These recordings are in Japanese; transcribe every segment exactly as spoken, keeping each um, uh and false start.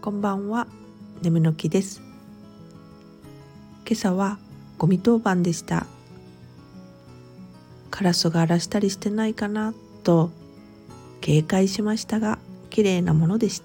こんばんは、眠の木です。今朝はゴミ当番でした。カラスが荒らしたりしてないかなと警戒しましたが、綺麗なものでした。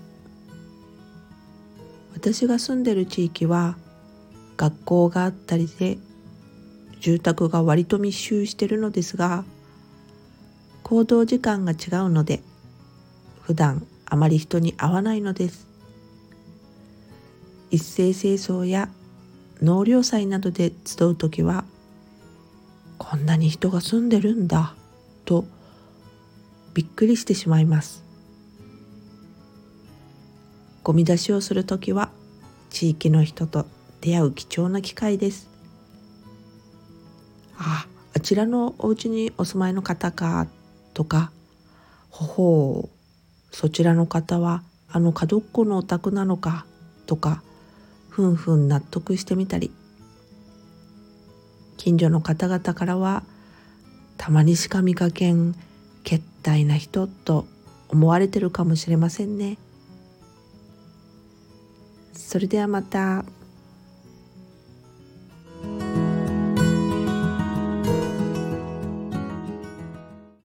私が住んでる地域は学校があったりで住宅が割と密集しているのですが、行動時間が違うので普段あまり人に会わないのです。一斉清掃や納涼祭などで集うときは、こんなに人が住んでるんだとびっくりしてしまいます。ゴミ出しをするときは地域の人と出会う貴重な機会です。あ、あちらのお家にお住まいの方かとか、ほほう、そちらの方はあの角っこのお宅なのかとか、ふんふん納得してみたり、近所の方々からはたまにしか見かけんけったいな人と思われてるかもしれませんね。それではまた。